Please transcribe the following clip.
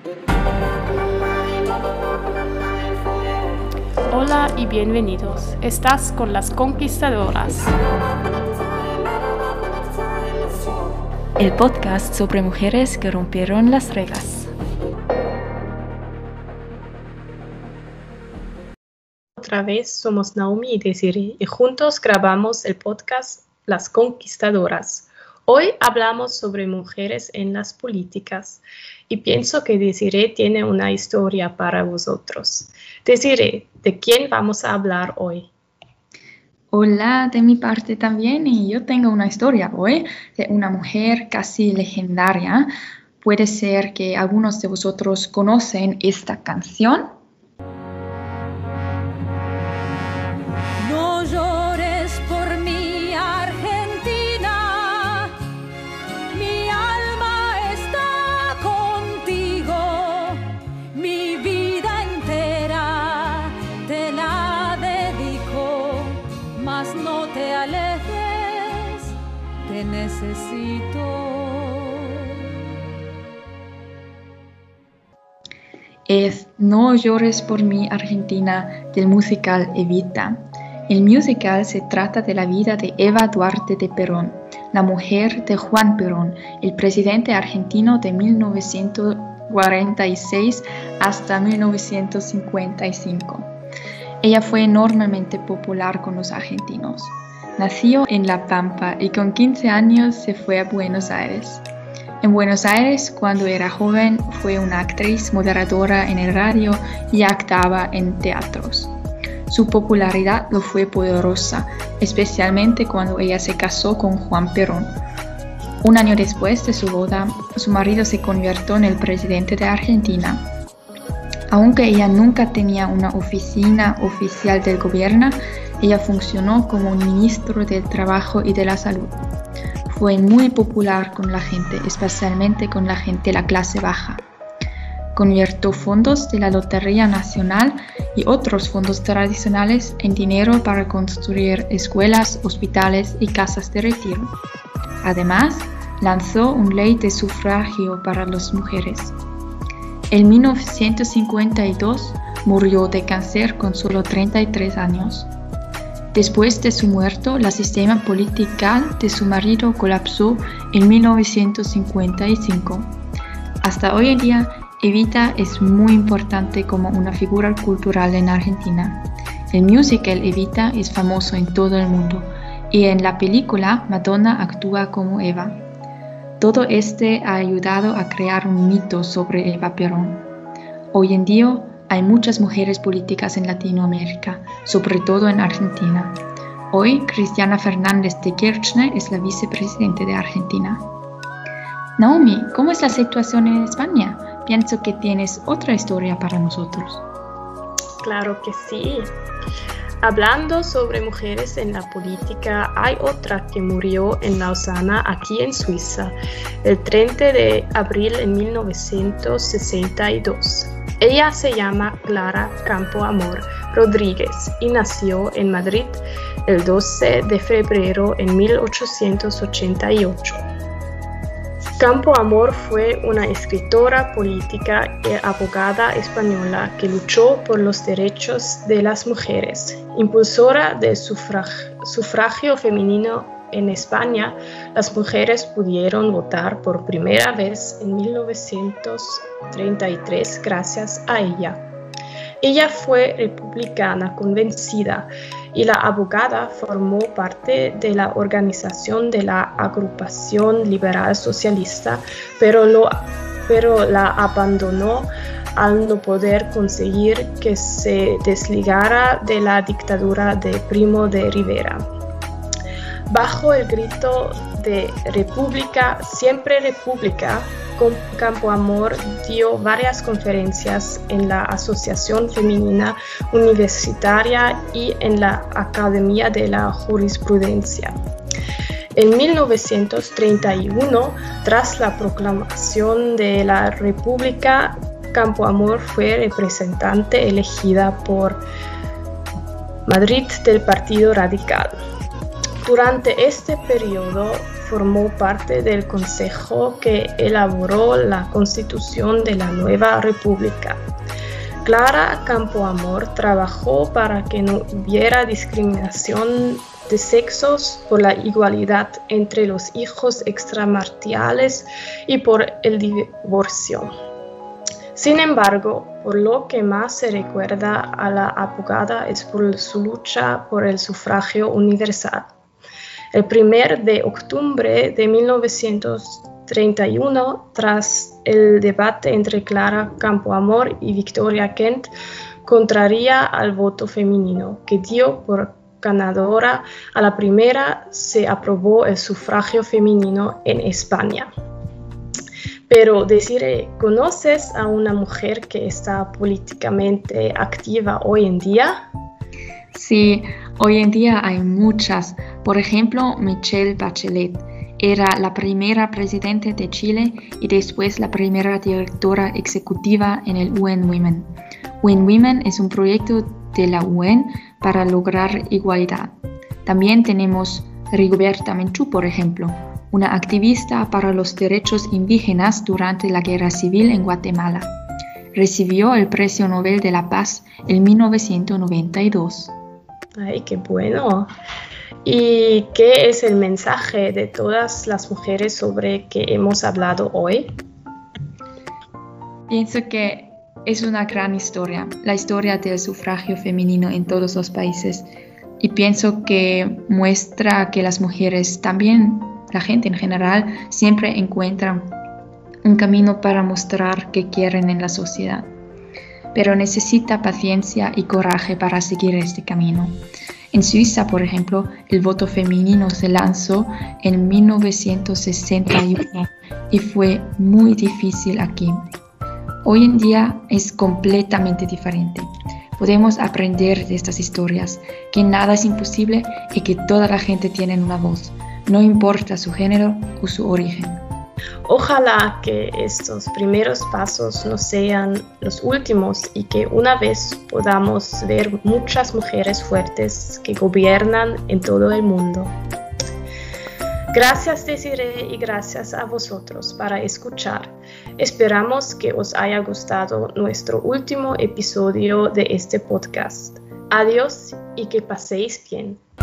Hola y bienvenidos. Estás con Las Conquistadoras, el podcast sobre mujeres que rompieron las reglas. Otra vez somos Naomi y Desiree y juntos grabamos el podcast Las Conquistadoras. Hoy hablamos sobre mujeres en las políticas y pienso que Desiree tiene una historia para vosotros. Desiree, ¿de quién vamos a hablar hoy? Hola, de mi parte también, y yo tengo una historia hoy de una mujer casi legendaria. Puede ser que algunos de vosotros conocen esta canción. No llores por mí, Argentina, mi alma está contigo, mi vida entera te la dedico, mas no te alejes, te necesito. Es No llores por mí, Argentina, del musical Evita. El musical se trata de la vida de Eva Duarte de Perón, la mujer de Juan Perón, el presidente argentino de 1946 hasta 1955. Ella fue enormemente popular con los argentinos. Nació en La Pampa y con 15 años se fue a Buenos Aires. En Buenos Aires, cuando era joven, fue una actriz moderadora en el radio y actuaba en teatros. Su popularidad lo fue poderosa, especialmente cuando ella se casó con Juan Perón. Un año después de su boda, su marido se convirtió en el presidente de Argentina. Aunque ella nunca tenía una oficina oficial del gobierno, ella funcionó como un ministro del Trabajo y de la Salud. Fue muy popular con la gente, especialmente con la gente de la clase baja. Convirtió fondos de la Lotería Nacional y otros fondos tradicionales en dinero para construir escuelas, hospitales y casas de retiro. Además, lanzó una ley de sufragio para las mujeres. En 1952 murió de cáncer con solo 33 años. Después de su muerte, el sistema político de su marido colapsó en 1955. Hasta hoy en día, Evita es muy importante como una figura cultural en Argentina. El musical Evita es famoso en todo el mundo y en la película Madonna actúa como Eva. Todo ha ayudado a crear un mito sobre Eva Perón. Hoy en día, hay muchas mujeres políticas en Latinoamérica, sobre todo en Argentina. Hoy, Cristina Fernández de Kirchner es la vicepresidenta de Argentina. Naomi, ¿cómo es la situación en España? Pienso que tienes otra historia para nosotros. Claro que sí. Hablando sobre mujeres en la política, hay otra que murió en Lausana, aquí en Suiza, el 30 de abril de 1962. Ella se llama Clara Campoamor Rodríguez y nació en Madrid el 12 de febrero de 1888. Campoamor fue una escritora, política y abogada española que luchó por los derechos de las mujeres. Impulsora del sufragio femenino en España, las mujeres pudieron votar por primera vez en 1933 gracias a ella. Ella fue republicana convencida y la abogada formó parte de la organización de la Agrupación Liberal Socialista, pero la abandonó al no poder conseguir que se desligara de la dictadura de Primo de Rivera. Bajo el grito de República, siempre República, Campoamor dio varias conferencias en la Asociación Femenina Universitaria y en la Academia de la Jurisprudencia. En 1931, tras la proclamación de la República, Campoamor fue representante elegida por Madrid del Partido Radical. Durante este periodo formó parte del consejo que elaboró la Constitución de la nueva República. Clara Campoamor trabajó para que no hubiera discriminación de sexos, por la igualdad entre los hijos extramarciales y por el divorcio. Sin embargo, por lo que más se recuerda a la abogada es por su lucha por el sufragio universal. El 1 de octubre de 1931, tras el debate entre Clara Campoamor y Victoria Kent, contraria al voto femenino, que dio por ganadora a la primera, se aprobó el sufragio femenino en España. Pero Desiree, ¿conoces a una mujer que está políticamente activa hoy en día? Sí, hoy en día hay muchas. Por ejemplo, Michelle Bachelet era la primera presidenta de Chile y después la primera directora ejecutiva en el UN Women. UN Women es un proyecto de la UN para lograr igualdad. También tenemos Rigoberta Menchú, por ejemplo, una activista para los derechos indígenas durante la Guerra Civil en Guatemala. Recibió el Premio Nobel de la Paz en 1992. ¡Ay, qué bueno! ¿Y qué es el mensaje de todas las mujeres sobre que hemos hablado hoy? Pienso que es una gran historia, la historia del sufragio femenino en todos los países. Y pienso que muestra que las mujeres, también la gente en general, siempre encuentran un camino para mostrar qué quieren en la sociedad. Pero necesita paciencia y coraje para seguir este camino. En Suiza, por ejemplo, el voto femenino se lanzó en 1961 y fue muy difícil aquí. Hoy en día es completamente diferente. Podemos aprender de estas historias, que nada es imposible y que toda la gente tiene una voz, no importa su género o su origen. Ojalá que estos primeros pasos no sean los últimos y que una vez podamos ver muchas mujeres fuertes que gobiernan en todo el mundo. Gracias, Desiree, y gracias a vosotros para escuchar. Esperamos que os haya gustado nuestro último episodio de este podcast. Adiós y que paséis bien.